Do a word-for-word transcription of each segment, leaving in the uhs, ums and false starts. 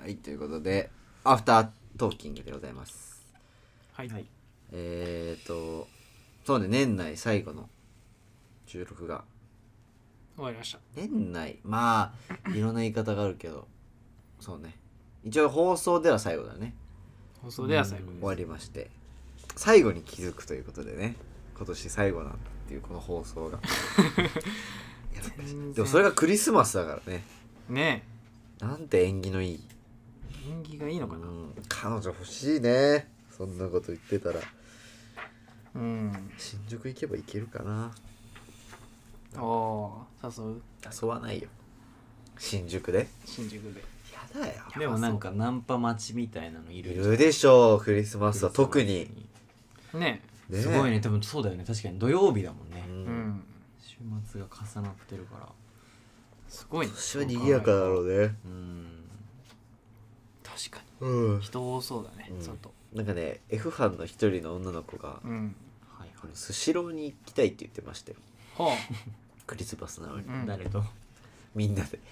はい、ということでアフタートーキングでございます。 はい、はい、 えーとそうね、年内最後の収録が終わりました。 年内、まあいろんな言い方があるけど、そうね、一応放送では最後だね。 放送では最後終わりまして、最後に気づくということでね、今年最後なんだっていうこの放送がやでもそれがクリスマスだからね。 ねえ、なんて縁起のいい。 縁起がいいのかな。 うん、彼女欲しいね。そんなこと言ってたら。 うん。 新宿行けば行けるかな。 おお、誘う？ 誘わないよ。新宿で？ 新宿で。 やだよ。 でもなんかナンパ待ちみたいなのいるいるでしょう、クリスマスは特に。 ねね、 すごいね。多分そうだよね。確かに土曜日だもんね。 う、 うんん。 週末が重なってるから。 すごいね。 私は賑やかだろうね。 うん。 確かうん。 に。人多そうだね。 うん、 外。 なんかね、F ファンの一人の女の子が、 うん。 はいはい。 スシローに行きたいって言ってましたよ。 はクリスマスなのに、 うん、 誰と？ みんなで。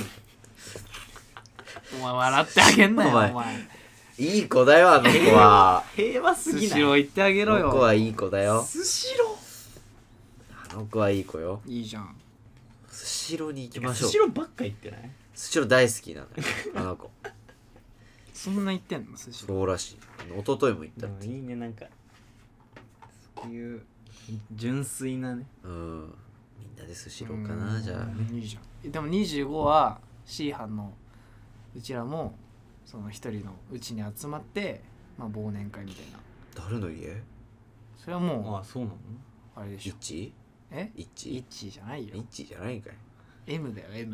お前笑ってあげんなよ。お前。 お前いい子だよ、あの子は。 平和すぎない？ スシロー行ってあげろよ。 あの子はいい子だよ。 スシロあの子はいい子よ。 いいじゃん。 スシローに行きー？ ましょう。 スシローばっか行ってない？ スシロー大好きなのよ、あの子。 そんな行ってんのスシロー？ そうらしい。一昨日も行ったって。 いいね、なんかそういう純粋なね。 うん。みんなでスシローかな、じゃあ。 いいじゃん。でもにじゅうごは C 班のうちらもその一人のうちに集まって、まあ、忘年会みたいな。 誰の家？ それはもああ、そうなの？ うあれでしょ。 イッチ？ えイッチ？ イッチじゃないよ。 イッチじゃないんかい。 M だよ M。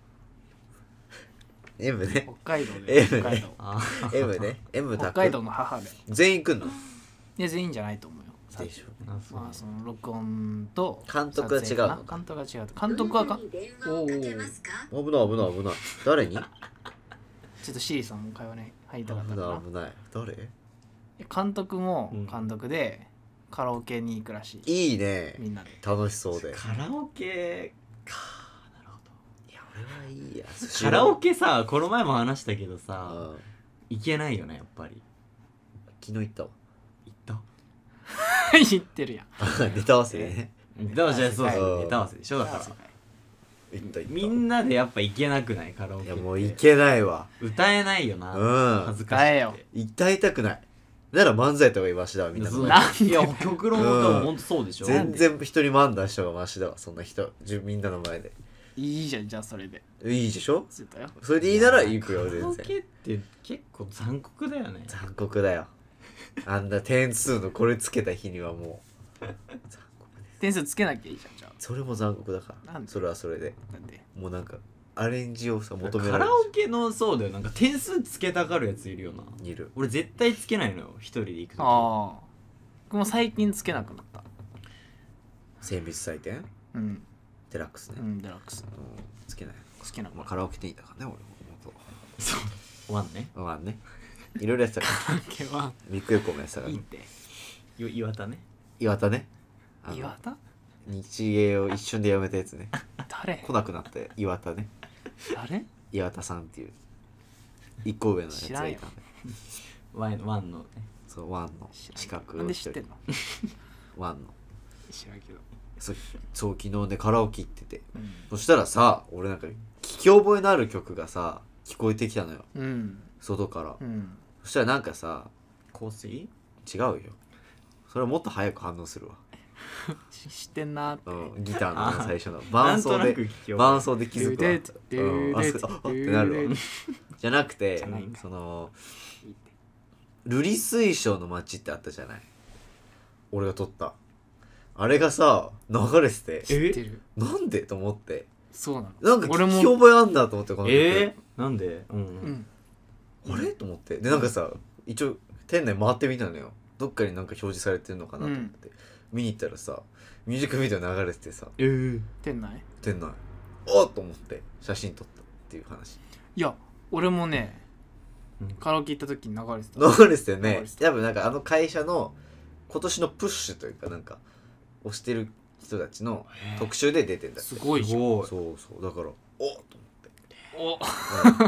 M ね。 北海道で M ね北海道。 あ M ね。M 北海道の母で。 全員来んの？ いや全員じゃないと思うよ。 でしょ。 あ、そう。 まあその録音と監督が違うの撮影かな。監督が違う。監督はかおお。ちょ危ない危ない危ない。誰に？ っとシリさんも会話に入りたかった危かな。 ない危ない。誰？ 監督もうん監督でカラオケに行くらしい。 いいね。 みんなで。 楽しそうで。 カラオケか。なるほど。 いや俺はいいや。 カラオケさ、この前も話したけどうさ、 ん。 行けないよね、やっぱり。 昨日行ったわ。 行った言ってるやん。 ネタ合わせでね。 行ったわ。じゃあそううんそう、ネタ合わせでしょ。だから行った行った。 みんなでやっぱ行けなくない？カラオケって。 いやもう行けないわ。 歌えないよな。 うん恥ずかしくて。 歌歌いたくない。なら漫才とかマシだわみんなのそう前。 なんでいや、極論うんはほんとそうでしょ。 全然一人漫談した方がマシだわ。そんな人じゅみんなの前でいいじゃん、じゃあそれで。 いいでしょ。 ついたよ。 それでいいなら行くよカラ全然。 オケって結構残酷だよね。 残酷だよ。あんな点数のこれつけた日にはもう残酷です。 点数つけなきゃいいじゃん、じゃそれも残酷だから。 なんでそれはそれであ。なんでもうなんかアレンジをさ求めらカれるラオケのそうだよ。なんか点数つけたがるやついるよな。 いる。 俺絶対つけないのよ。一人で行くとき。 ああ。僕も最近つけなくなった。 精密採点うん。 デラックスね、うんうん、デラックス。 つけない。まあ、 好きな子。 カラオケ店員だからね俺もそう。ワンね。 とまあねいろいろやってたから毛はビッグエコーもやってたからねいいって。 よ岩田ね。 岩田ね。あの岩田日芸を一瞬でやめたやつね。 誰来なくなった岩田ね。 誰岩田さんっていう一個上のやつがいたんで、 ワンワンのね。 そうワンの近くなんで知ってんのワンの知らんけど。 そうそう昨日ねカラオケ行ってて、 うん。 そしたらさ俺なんか聞き覚えのある曲がさ聞こえてきたのようん。 外から、 うん。 そしたらなんかさ香水？ 違うよ、それはもっと早く反応するわ、 し知ってんなーって。 うん、ギターのあ最初の伴奏でなんとなく聞き覚え伴奏で気づくわ、 ドゥドゥドゥうん、あそうああってなるわじゃなくてじゃないんかいそのいいって瑠璃水晶の街ってあったじゃない、俺が撮ったあれがさ流れてて知ってる。 なんでと思って、 そうなの。 なんか俺も聞き覚えあんだと思ってこの曲、 えー、なんで？うんう。 うんん。 あれと思ってでなんかさ一応店内回ってみたのよ、どっかになんか表示されてるのかなと思って、見に行ったらさミュージックビデオ流れててさえー、 店内店内あっと思って写真撮ったっていう話いや、俺もねうん、 カラオケ行った時に流れてた。 流れてたよね流れて。た多分なんかあの会社の今年のプッシュというかなんか推してる人たちの特集で出てんだって。 すごいじゃん。 すごい。 そうそうだからおっと思っておうん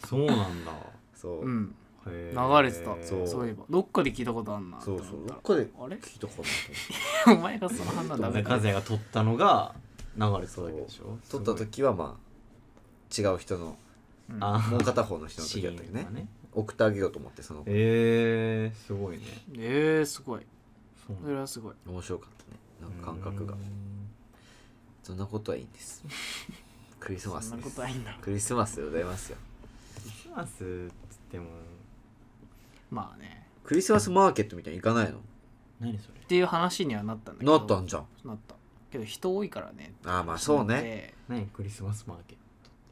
そうなんだそう、 うんへー流れてたそうそういえばどっかで聞いたことあんなそうそうと思っどっかでたらあれ聞いたかなお前がその判断ダメだ和也が撮ったのが流れてたわけでしょ撮った時はまあ違う人のうんあもう片方の人のシ時だったよねーンがね送ってあげようと思ってそのえー、すごいねえー、すごいそうそれはすごい面白かったねなんか感覚がうーんそんなことはいいんですクリスマスそんなですことはいいんだクリスマスでございますよクリスマスっつってもまあねクリスマスマーケットみたいに行かないの何それっていう話にはなったんだけどなったんじゃんなったけど人多いからねああまあそうねで何クリスマスマーケッ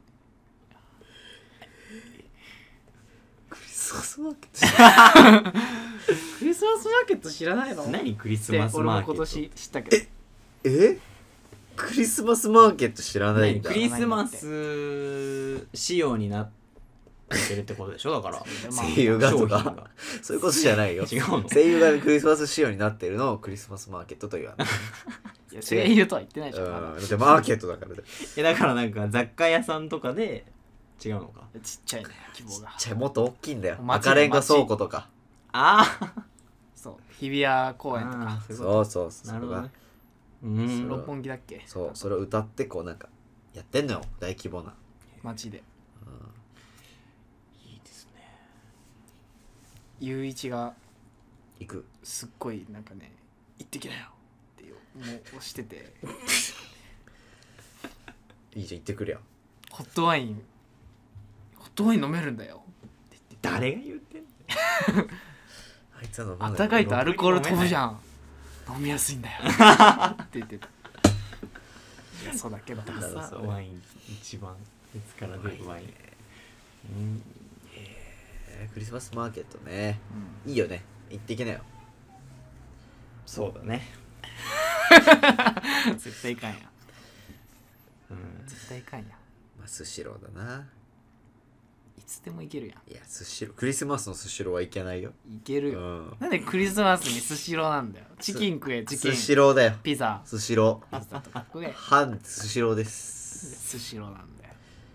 クリスマスマーケットクリスマスマーケット知らないのト何クリスでマス俺も今マーケット年知ったけどえクリスマスマーケット知らないんだ何クリスマス仕様になってるってことでしょだからまあ声優がとか商品がそういうことじゃないよ違うの声優がクリスマス仕様になってるのをクリスマスマーケットと言わないいや声優とは言ってないじゃんまだうんだってマーケットだからだえだからなんか雑貨屋さんとかで違うのかちっちゃいね希望がじゃあもっと大きいんだよ街赤レンガ倉庫とかああそう日比谷公園とかそういうそうそうそうなるほどねうそんう六本木だっけそうそれを歌ってこうなんかやってんのよ大規模な、 街でいいですねゆういちが行くすっごいなんかね行ってきなよっていうもう押してていいじゃん行ってくれよホットワインホットワイン飲めるんだよ誰が言ってんのあいつは飲まあないったかいとアルコール飛ぶじゃん飲みやすいんだよって言ってたいやそうだけどださそうワイン一番ケツから出るワインうんえークリスマスマーケットねうんいいよね行ってきなよそうだね絶対いかんやうん絶対いかんやまあスシローだないつでもいけるやんいやスシロークリスマスのスシローはいけないよいけるよ、 うんなんでクリスマスにスシローなんだよチキン食えチキンスシローだよピザスシローパスタとか食え半スシローですスシローなんだよ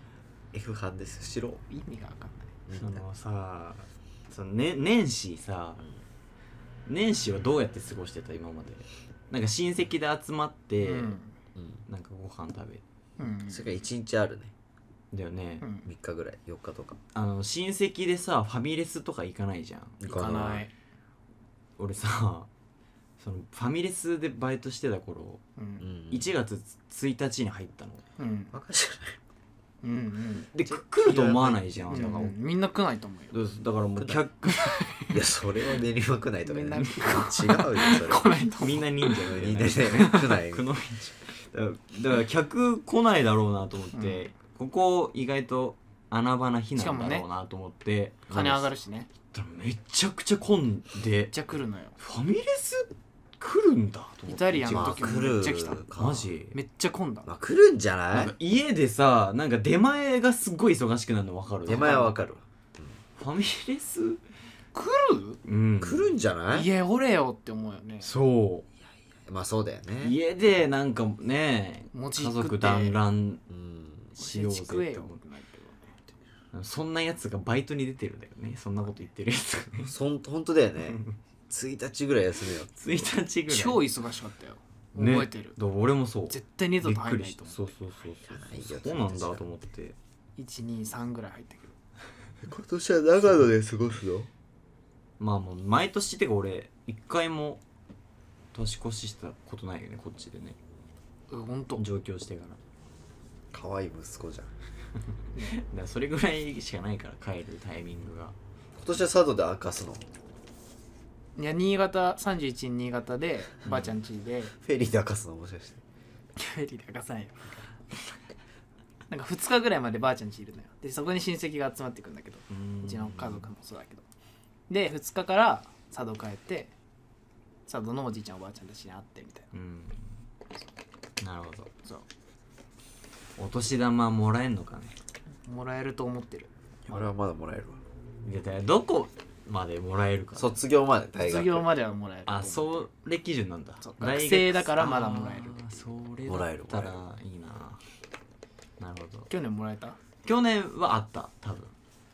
F 半でスシロ意味が分かんないそのさその、ね、年始さ年始はどうやって過ごしてた今までなんか親戚で集まって、 うんー、うんなんかご飯食べうんそれからいちにちあるねだよね、 うんみっかぐらいよっかとかあの親戚でさファミレスとか行かないじゃん行かない俺さそのファミレスでバイトしてた頃ううんんいちがつついたちに入ったのうんバカじうんうんでく来ると思わないじゃん、 うんだからみんな来ないと思うよだからもう客ゃないいやそれは練馬区内とかみんなね違うよそれ来ないと思うみんな忍者みんなね区内区のだからだから客来ないだろうなと思って、ここ意外と穴場な日なんだろうなと思って、 金上がるしねだからめちゃくちゃ混んでめっちゃ来るのよファミレス来るんだと思ってイタリアンのまあ時も来るめっちゃ来たかマジめっちゃ混んだまあ来るんじゃななんいか家でさなんか出前がすっごい忙しくなるの分かる出前はわかるわファミレス来るうん来るんじゃない家おれよって思うよねそまあそうだようね家でなんかね家餅食って族団らんうんしようぜ食えよって思ってってなるけどそんなやつがバイトに出てるんだよねそんなこと言ってるやつがねそん本当だよねついたちぐらい休めよついたちぐらい超忙しかったよね覚えてるだから俺もそう絶対二度とびっくりし入んないと思うたそうそうそういやそういやそうなんだと思っていちにさんぐらい入ってくる今年は長野で過ごすのまあもう毎年ってか俺一回も年越ししたことないよねこっちでねうんほんと上京してから可愛い息子じゃんだからそれぐらいしかないから帰るタイミングが今年は佐渡で明かすのいや新潟さんじゅういちに新潟でばあちゃん家でフェリーで明かすのもしかしてフェリーで明かさないよなんかふつかぐらいまでばあちゃん家いるのよでそこに親戚が集まってくるんだけどうちの家族もそうだけどでふつかから佐渡帰って佐渡のおじいちゃんおばあちゃんたちに会ってみたいうんなるほどなそうお年玉もらえんのかねもらえると思ってる俺はまだもらえるわいやだからどこまでもらえるか卒業まで大学卒業まではもらえると思あそれ基準なんだそう大学生だからまだもらえるあーそれもらえるだったらいいななるほど去年もらえた去年はあった多分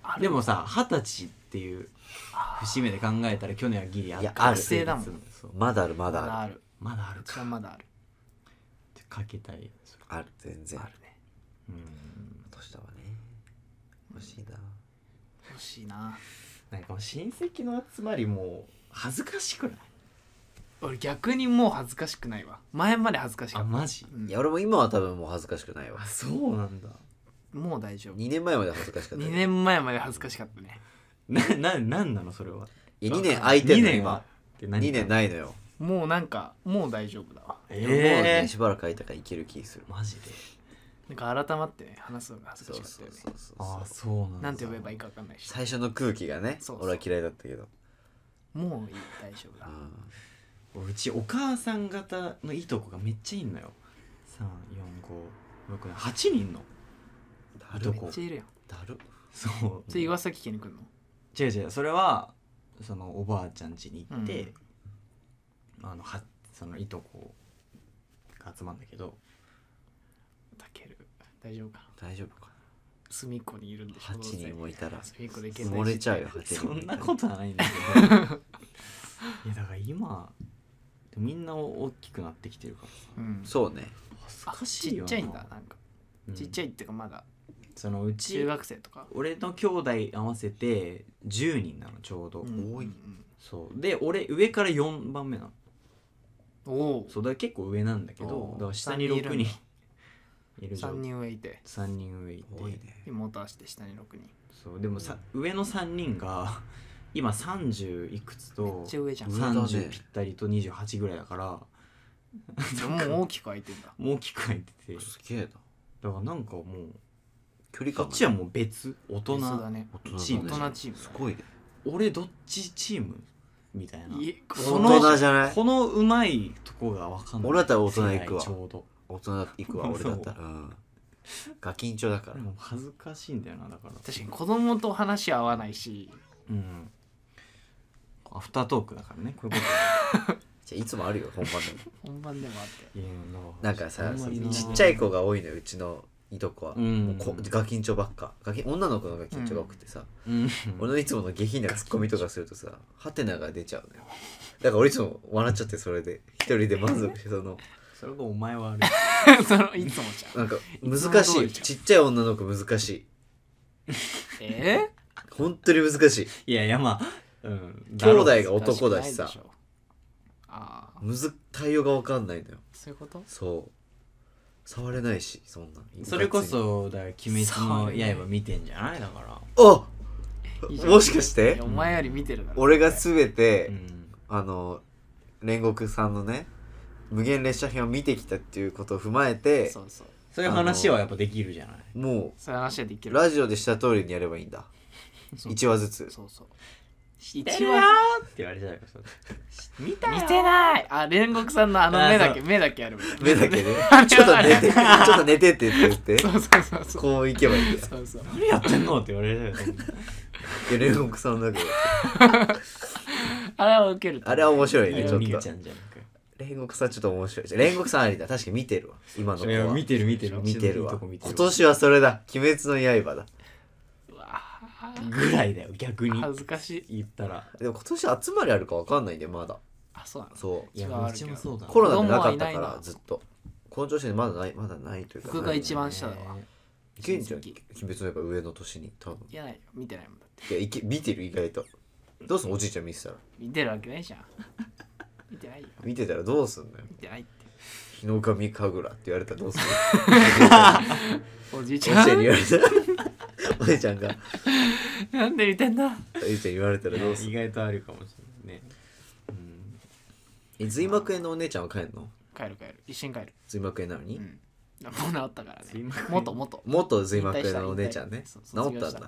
あるでもさ二十歳っていう節目で考えたら去年はギリあったいやある学生だもんそうまだあるままだあるだあるまだあるうちかはまだあるってかけたいそれある全然あるねうん年だわね欲しいな欲しいな。 なんかもう親戚の集まりもう恥ずかしくない俺逆にもう恥ずかしくないわ。前まで恥ずかしかった。 あマジうんいや俺も今は多分もう恥ずかしくないわあそうなんだもう大丈夫。 にねんまえまで恥ずかしかったにねんまえまで恥ずかしかったね。 なななんなのそれはいやにねん空いてんのにねんは今って何にねんないのよもうなんかもう大丈夫だわ。 もうええねしばらく空いたからいける気するマジでなんか改まってね話すのが恥ずそうかしかったよね。 そうそうそうああそうなんだなんて呼べばいいか分かんないし。 最初の空気がねそうそう俺は嫌いだったけどもういい大丈夫だ。 うちお母さん方のいとこがめっちゃいんのよさんよんごろくはちにんのだるいとこめっちゃいるやん。 だるそうそれ岩崎家に来るの？ 違う違うそれはそのおばあちゃん家に行って、あのはそのいとこが集まるんだけどたける大丈夫かな。 大丈夫か隅っこにいるんでしょ。 はちにんもいたら隅っこで埋もれちゃうよはちにんそんなことはないんだけどいやだから今みんな大きくなってきてるからさうん。 そうね恥ずあかしいよなちっちゃいんだなんか。 うんちっちゃいっていうかまだそのうち中学生とか。 俺の兄弟合わせてじゅうにんなのちょうど、 うん多いうんそうで俺上からよんばんめなのうんおお。 そうだから結構上なんだけどおーだから下にろくにんいるじゃん三人上いてさんにん上いて多いね妹足して下に六人。 そうでもさ、上のさんにんが今さんじゅういくつめっとちゃ上じゃん。 上だねさんじゅうぴったりとにじゅうはちぐらいだからもう大きく空いてんだ。 もう大きく入っててすげえなだからなんかもう距離感がこっちはもう別大人そうだね。 大人だねチーム大人チームだねすごいね俺どっちチームみたいないえこ大人じゃないこのうまいとこが分かんない俺だったら大人行くわ世代ちょうど大人行くわ俺だったらうんガキンチョだからでも恥ずかしいんだよなだから確かに子供と話合わないし。 うんアフタートークだからねこういうことじゃあいつもあるよ本番でも本番でもあって。 いやなんかさあんまりなちっちゃい子が多いのようちのいとこは、 うんもうこガキンチョばっかガキ女の子のガキンチョが多くてさ、 うん俺のいつもの下品なツッコミとかするとさハテナが出ちゃうのよだから俺いつも笑っちゃってそれで一人で満足してそのそれがお前はあるそのいつもじゃん。 なんか難いつもし通りじゃんいちっちゃい女の子難しいえ本当に難しいいやいやまあうん兄弟だろうが男だしさ確かにないでょああむず対応が分かんないのよそういうこと？ そう触れないしそんなそれこそだから「鬼滅の刃」見てんじゃないだからあいいじゃんもしかしていやお前より見てるだろ。 俺が全て、 うんあの煉獄さんのね無限列車編を見てきたっていうことを踏まえてそうそう。 そういう話はやっぱできるじゃないもそういう話はできうる。 ラジオでした通りにやればいいんだそういちわずつそうそう。 知ってるよーって言われちゃうよそれ見たよ見てないあ煉獄さんのあの目だけあ目だけやるみたいな。 目だけであれちょっと寝てちょっと寝てって言ってそうそうそうそう。 こう行けばいいんだよそうそう。 何やってんのって言われるよそんなで煉獄さんだけどあれは受けると思う。 あれは面白いねあれはちょっとみーちゃんじゃんか煉獄さんちょっと面白い煉獄さんありだ確かに見てるわ今の子いやは見てる見てる見てるわうちのいいとこ見てる今年はそれだ鬼滅の刃だうわぐらいだよ逆に恥ずかしい。 言ったらでも今年集まりあるか分かんないんでまだあそうなの。 そういやう一番あるけどちもそうだコロナでなかったか子供はいないならずっとこの調子でまだないまだないというか僕が一番下だわ。 いけんじゃん親戚鬼滅の刃上の年に多分いやないよ見てないもんだって。 いやいけ見てる意外とどうすんのおじいちゃん見てたら見てるわけないじゃん。見てないよ。 見てたらどうすんのよ見てないって。 日の神神楽って言われたらどうすんのおじいおじいちゃんちゃんに言われたらおじいちゃんがなんで見てんだ。 おじいちゃんに言われたらどうすんの意外とあるかもしれないねうんえ髄膜炎のお姉ちゃんは帰んの帰る帰る一緒に帰る。 髄膜炎なのに、 うん。もう治ったからね。 髄膜炎元元。 元髄膜炎のお姉ちゃんね引退したそう治ったんだ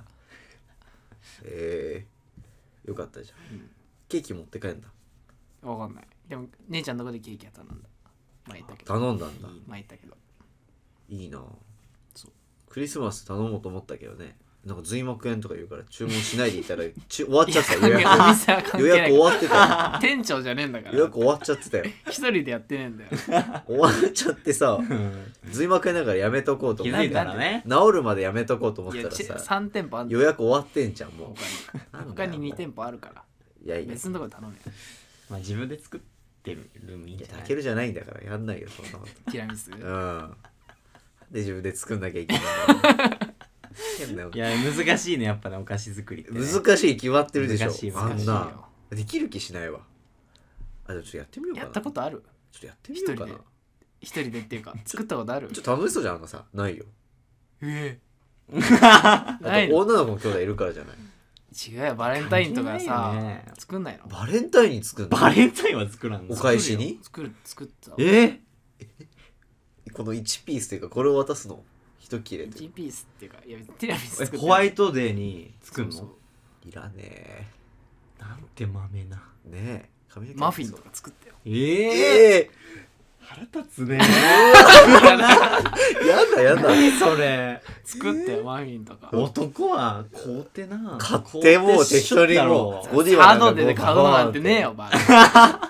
えー、よかったじゃん、 うんケーキ持って帰んだわかんない。でも姉ちゃんのとこでケーキやったなんだ。前言ったけど。 頼んだんだ前言ったけど。 いいなそうクリスマス頼もうと思ったけどねなんか髄膜炎とか言うから注文しないでいたらち終わっちゃってた予いやお約店は関係予ない約終わってたよ店長じゃねえんだから予約終わっちゃってたよ一人でやってねえんだよ終わっちゃってさ髄膜炎だからやめとこうと思って気づいたらね治るまでやめとこうと思っいやちたらささん店舗あんだ予約終わってんじゃんも他になんだよ他にに店舗あるからういやいや別のとこで頼めよまあ自分で作ってるのもいいんいやじゃないたけるじゃないんだからやんないよそんなこティラミスとうんで自分で作んなきゃいけないの変なよいや難しいねやっぱねお菓子作りって、ね、 難しい決まってるでしょ難しいあ難しいんなできる気しないわあでもちょっとやってみようかなやったことあるちょっとやってみようかな一人で一人でっていうか作ったことあるちょっと楽しそうじゃんあのさないよえあないのと女の子の兄弟いるからじゃない違うよバレンタインとか関係さ、 ないよね作んないのバレンタインに作るのバレンタインは作らんのお返しに作る作ったえこのいちピースっていうかこれを渡すの一切れいでちピースっていうかいやティラミスえ作ってホワイトデーに作るのそういらねなんて豆なえねえ髪の毛マフィンとか作ったよえええ腹立つねやだやだ何それ作ったよマフィンとか男は買うてな買ってもう適当にもうゴディバハーなんかドで買うのなんてねえよバカ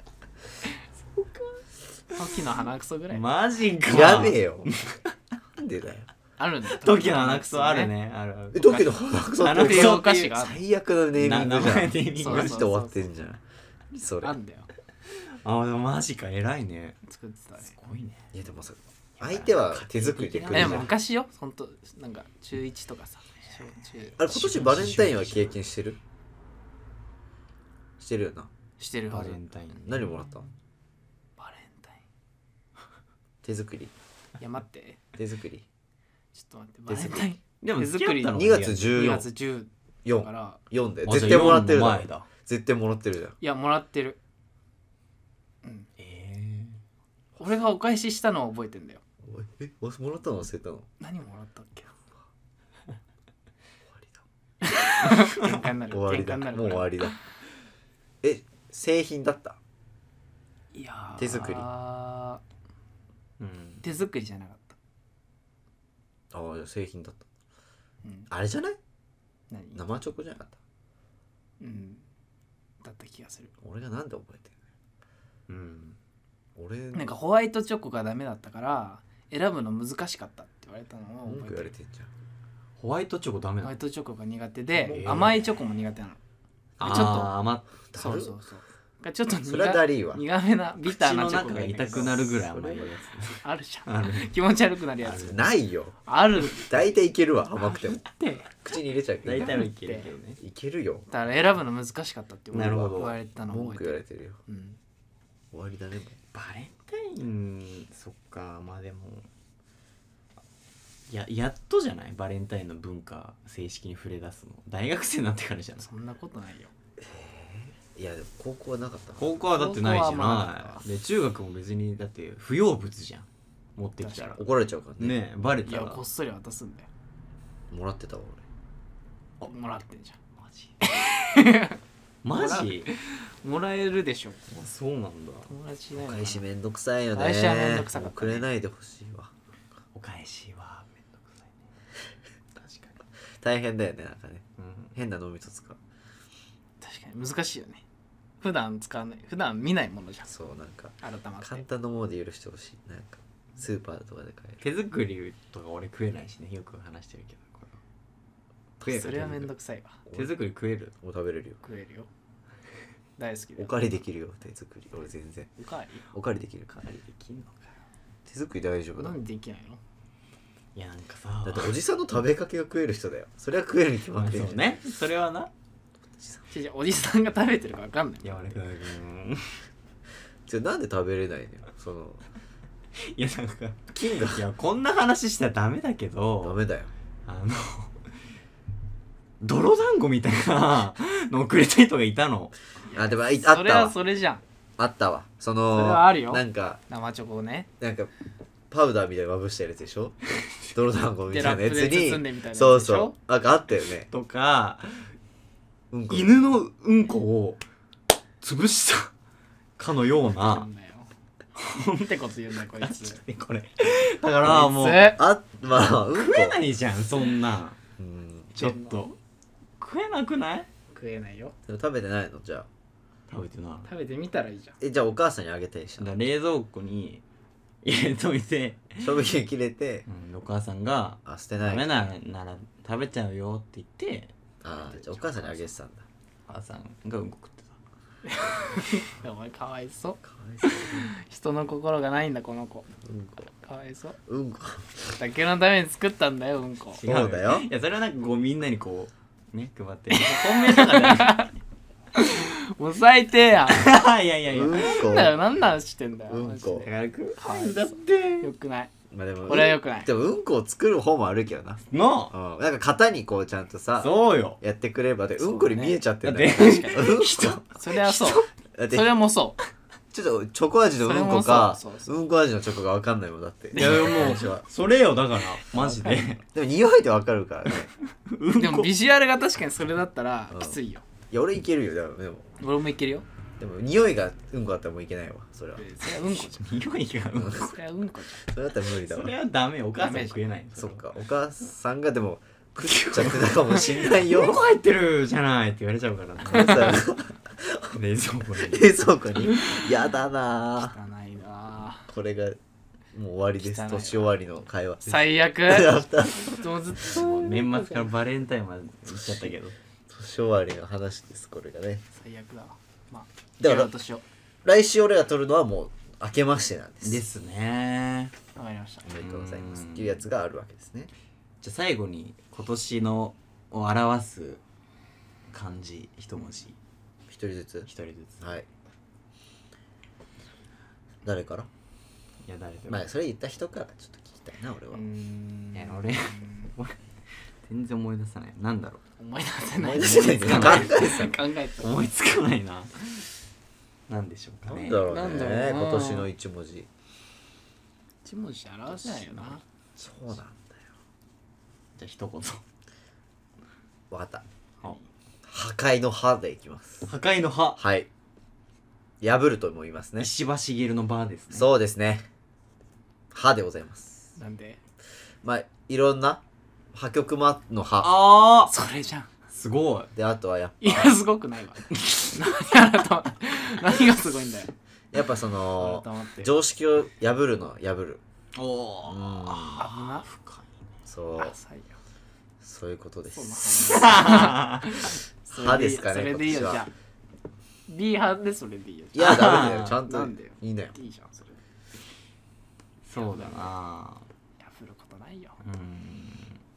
時の鼻くそぐらいマジかいらねえよなんでだよあるんだよ時の鼻くそあるねあるあるえドキの鼻くそって鼻くそお菓子がある最悪なネーミングじゃんな名前ネーミングマジで終わってんじゃん何それあんだよあでもマジか偉いね作ってたねすごいねいやでもさ相手は手作りでくえでるじゃんも昔よほんとなんか中いちとかさ小中あれ今年バレンタインは経験してるしてるよなしてるはずバレンタインね何もらったバレンタイ手作りンいや待って手作りちょっと待ってバレンタインでも手作り付き合ったのにがつじゅうによんがつじゅうだよんからよんであ絶対もらってるだろじゃあよんの前だ絶対もらってるじゃんいやもらってるうんえ俺がお返ししたのを覚えてんだよおいえわもらったの忘れたの何もらったっけ終わりだ喧嘩になる終わりだ喧嘩になるもう終わりだえ製品だったいやー手作りーうん手作りじゃなかったああじゃあ製品だったうんあれじゃない何生チョコじゃなかったうんだった気がする俺がなんで覚えてるうん俺なんかホワイトチョコがダメだったから選ぶの難しかったって言われたのを文句言わ覚えてるれてんじゃんホワイトチョコダメホワなのイトチョコが苦手で、 えー甘いチョコも苦手なのあちょっとー甘っそうそうそうがちょっと苦それはダリーわ苦めなビター口なチョの中がコがいいんだけど痛くなるぐらい甘いやあるじゃんつある気持ち悪くなるやつないよある大体いけるわ甘くてもって口に入れちゃうけど大体はいけるけどねいけるよだから選ぶの難しかったってなるほど言われたのを文句覚えてる言われてるようん終わりだねもうバレンタインそっかまあでもややっとじゃないバレンタインの文化正式に触れ出すの大学生になってからじゃないそんなことないよいやでも高校はなかったな高校はだってないじゃ高校はまあなかったないで中学も別にだって不要物じゃん持ってきたら怒られちゃうからねねえバレいやたらこっそり渡すんだよもらってたわもらってんじゃマジマジんもらえるでしょあそうなんだ友達いない俺のかな返しめんどくさいよね返しはめんどくさかったねくれないでほしいわお返しはめんどくさいね確か大変だよねなんかねに、うん変な脳みそ使う確かに難しいよね普段使わない普段見ないものじゃんそうなんか改まって簡単なもので許してほしいなんかスーパーとかで買える手作りとか俺食えないしねよく話してるけどこれは食えるそれはめんどくさいわ手作り食えるもう食べれるよ食えるよ大好きだよおかわりできるよ手作り俺全然おかわりおかわりできるからあれできんのかよ手作り大丈夫だなんでできないのいやなんかさだっておじさんの食べかけが食える人だよそれは食えるに決ままあってるじゃんそうねそれはな違う違うおじさんが食べてるか分かんないいや俺うんじゃあなんで食べれないのよそのいやなんか菌がいやこんな話したらダメだけどダメだよあの泥団子みたいなのをくれた人がいたのあでもいあっそれはたわそれじゃんあったわそそれのはあるよなんか生チョコをねなんかパウダーみたいなのまぶしたやつでしょ泥団子みでたいなやつラップで包んにでみたいなやつでしょそうそうなんかあったよねとかうんこ犬のうんこを潰したかのようななんだよなんてこと言うんだよこいつこれだからもうこいつあまあうんこ食えないじゃんそんなうんちょっと食えなくない？ 食えないよ。 でも食べてないの？じゃあ食べてない。 食べてみたらいいじゃん。 えじゃあお母さんにあげたりしたの？ だから冷蔵庫に入れといて、 賞味期限切れて、 うん、お母さんがあ捨てないダメななら食べちゃうよって言って、 あじゃあお母さんにあげてたんだ。 お母さんがうんこ食ってお前かわいそう。 かわいそう。 人の心がないんだこの子。 うんこかわいそう。 うんこだけのために作ったんだようんこ。 た。 そうだよいやそれはなんかこうみんなにこうね配って本命とかじゃないもう最低やん。 いやいやいや、 うんこなんだよ何なんしてんだよ。 うんこマジでだから食かわいそうだってよくない。 まあでもこれは良くないでもうんこを作る方もあるけどな。 のうんなんか型にこうちゃんとさそうよ。 やってくればでそうねうんこに見えちゃってんだよ。 だって確かうんこそれはそう。 だってそれもそちょっとチョコ味のうんこかそれもそうそうそううんこ味のチョコが分かんないもんだって。 いやもう私はそれよだからマジででも匂いで分かるからね。 う。でもビジュアルが確かにそれだったらうんきついよ。 いや俺いけるよでもでも俺もいけるよ。 でも匂いがうんこだったらもういけないわそれは。 それはうんこじ匂いがうんこゃん。それはうんこじそれだったら無理だわそ。れはダメよ。お母さん食えない。 そっかお母さんがでも食っちゃってたかもしんないよ。 うんこ入ってるじゃないって言われちゃうからね。冷蔵庫に。 冷蔵庫にやだなゃん。汚いなぁ。 これがもう終わりです汚い年終わりの会話。 最悪。 やったもうずっともう年末からバレンタインまで行っちゃったけど。 年終わりの話ですこれがね。 最悪だわ。まあだからやろうとしよ来週俺が撮るのはもう明けましてなんです。 ですね。 う。わかりました。 おめでとうございますうんっていうやつがあるわけですね。 じゃあ最後に今年のを表す漢字一文字一人ずつ一人ずつ。 はい。誰から？ いや誰でも。 まあそれ言った人からちょっと聞きたいな俺はうー。んいや俺全然思い出さない。なんだろ思い出せない。 思い出せないけど考えてた。 考えてう。思いつかないな。なんでしょうかね。 なんだろうなんだねろうな今年の一文字。 一文字で表せないよな。 そうなんだよ。 じゃあ一言。 わかった。 あ破壊の破でいきます。 破壊の破。 はい。破るとも言いますね。 石破茂の場ですね。 そうですね。破でございます。 なんでまあいろんな破局もの破ああそれじゃん。 すごい。 であとはやっいやすごくないわ。何やと何がすごいんだよ。 ぱやっぱその改まって常識を破るのは破る。 おお。 うん危な。 深いね。 そう浅いよ。 そういうことでそのす。 話。 歯ですかねそれでいいよ今年はじゃあ。B 派でそれでいいよ。 いやダメだよちゃんとなんでよいいんだよ。 いいじゃんそれで。 そうだな。 破ることないよ。 うん。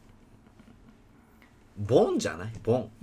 ボンじゃないボン。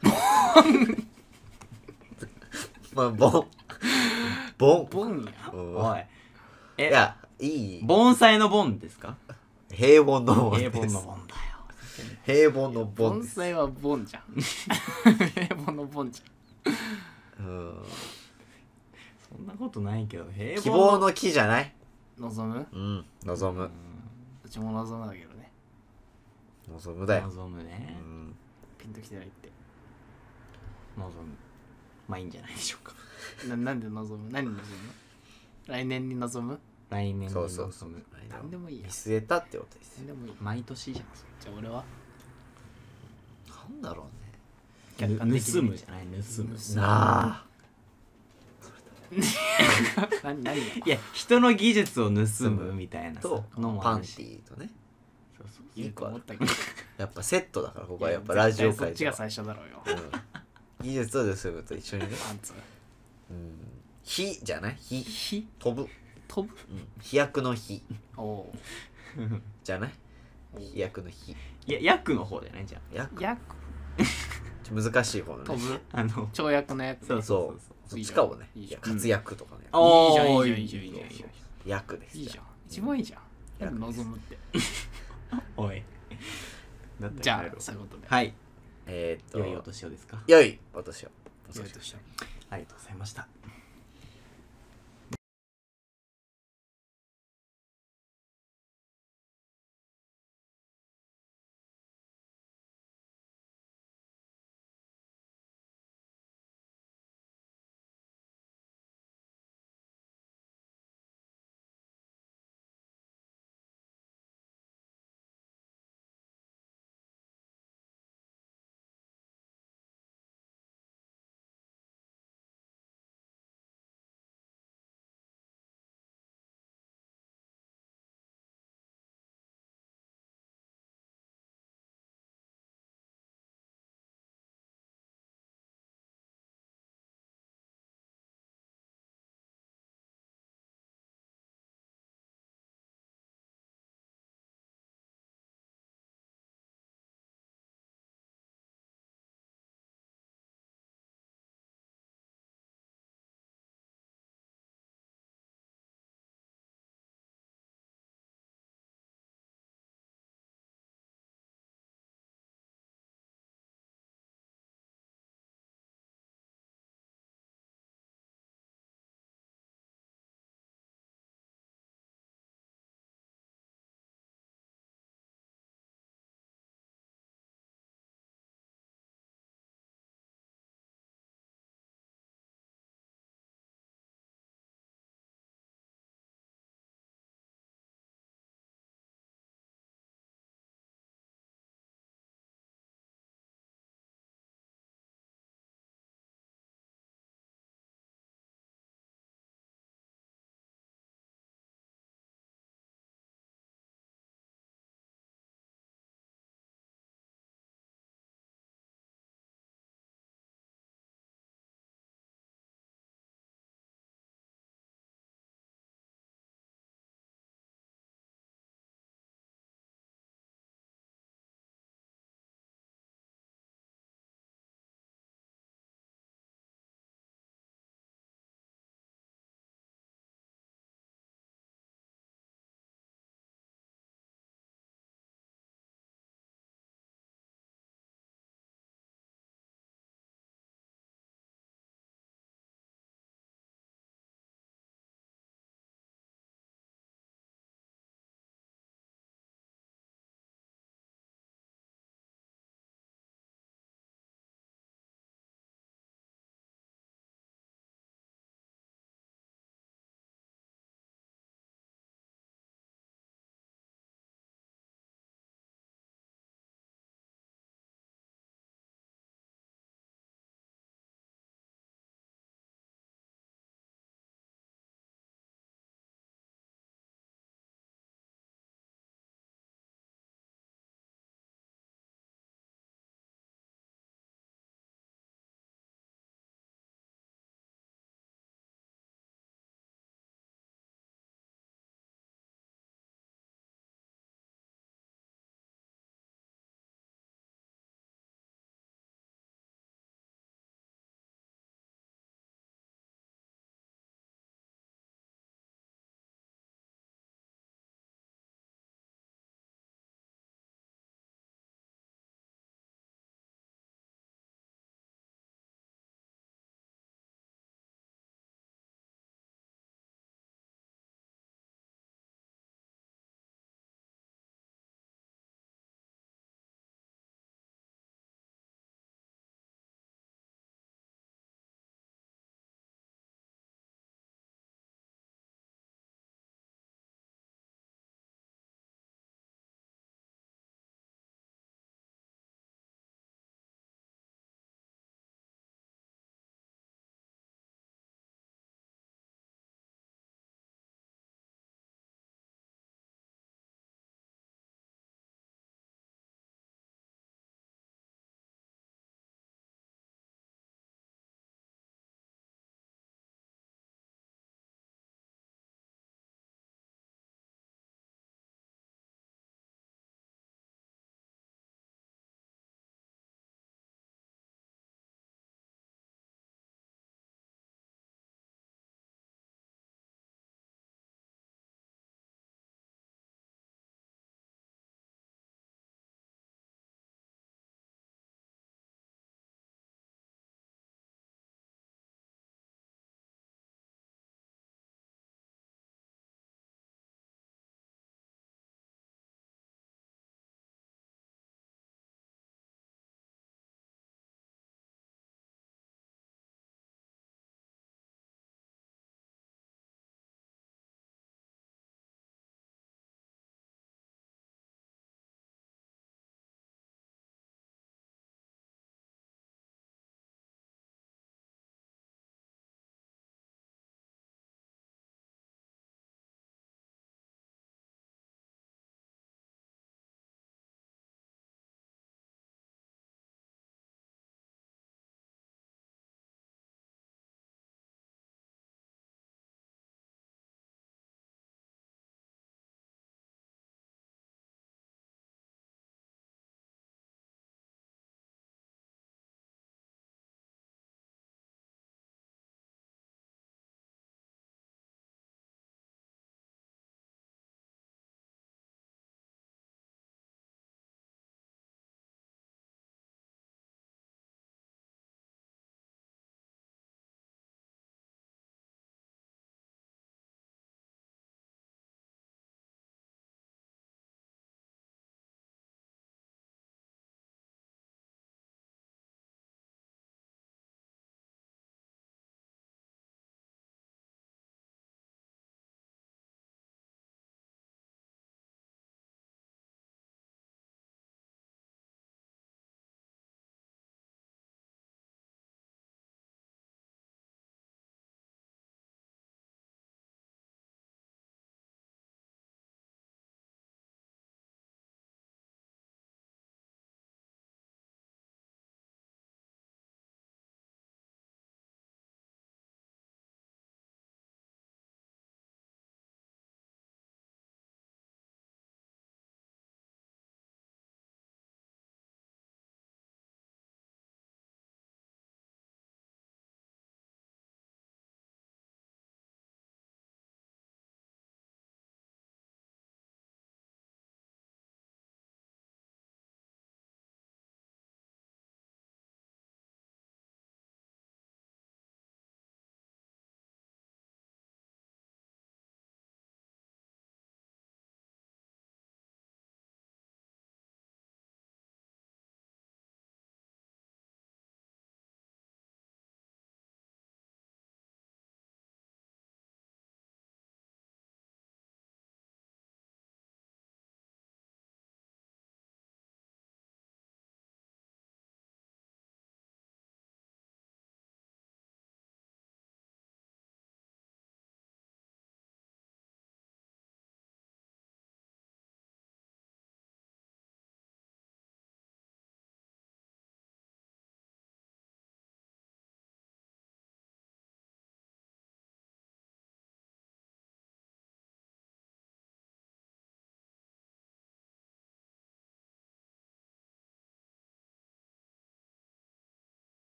まあボン。ボン。 ボンや。 うんおい。 いえ、 やいい。 盆栽の盆ですか？ 平凡のボンです。 平凡の盆だよ。 平凡のボンです。 盆栽はボンじゃん。平凡のボンじうんそんなことないけど、平凡希望の木じゃない。 ゃん。望む？ うん望むうちも望むだけどね。 望むだよ。う望むね。 んピンときてないって。 望む。まあいいんじゃないでしょうか。 ななんで望む？何望む？来年に望む？ 来年に望む。 そうそうそう。 何でもいいや見。据えたってことですよ。 何でもいい。 毎年じゃん。 じゃあ俺はなんだろうね。 客観的に盗むじゃない盗む。 盗むなあ。 何何が？ いや人の技術を盗むみたいなさとのもパンテあるし。 ィーとね。 そうそう言うと思ったけど。 やっぱセットだからここはやっぱラジオそっ界では。 ちが最初だろうよ。 うん技術を盗むと一緒にね。 パンツ。 うん火じゃない火火飛ぶ。 飛ぶ？ うん飛躍の火おおじゃないー。 飛躍の火。 いや役の方だよねじゃ躍役ちょ難しい方のね。 飛ぶ？ あ。あの跳躍の役。 そうそうそうそっちかもね。 いいじゃんいや活躍とかね。 あーいいじゃんいいじゃんいいじゃんいいじゃん役です。 いいじゃん。一番いいじゃん。 役望むって。 おい。だったらじゃあ帰ろうそういうことで。 はい。 えーっと良いお年をですか。 良いお年を。 良いとしよう。 ありがとうございました。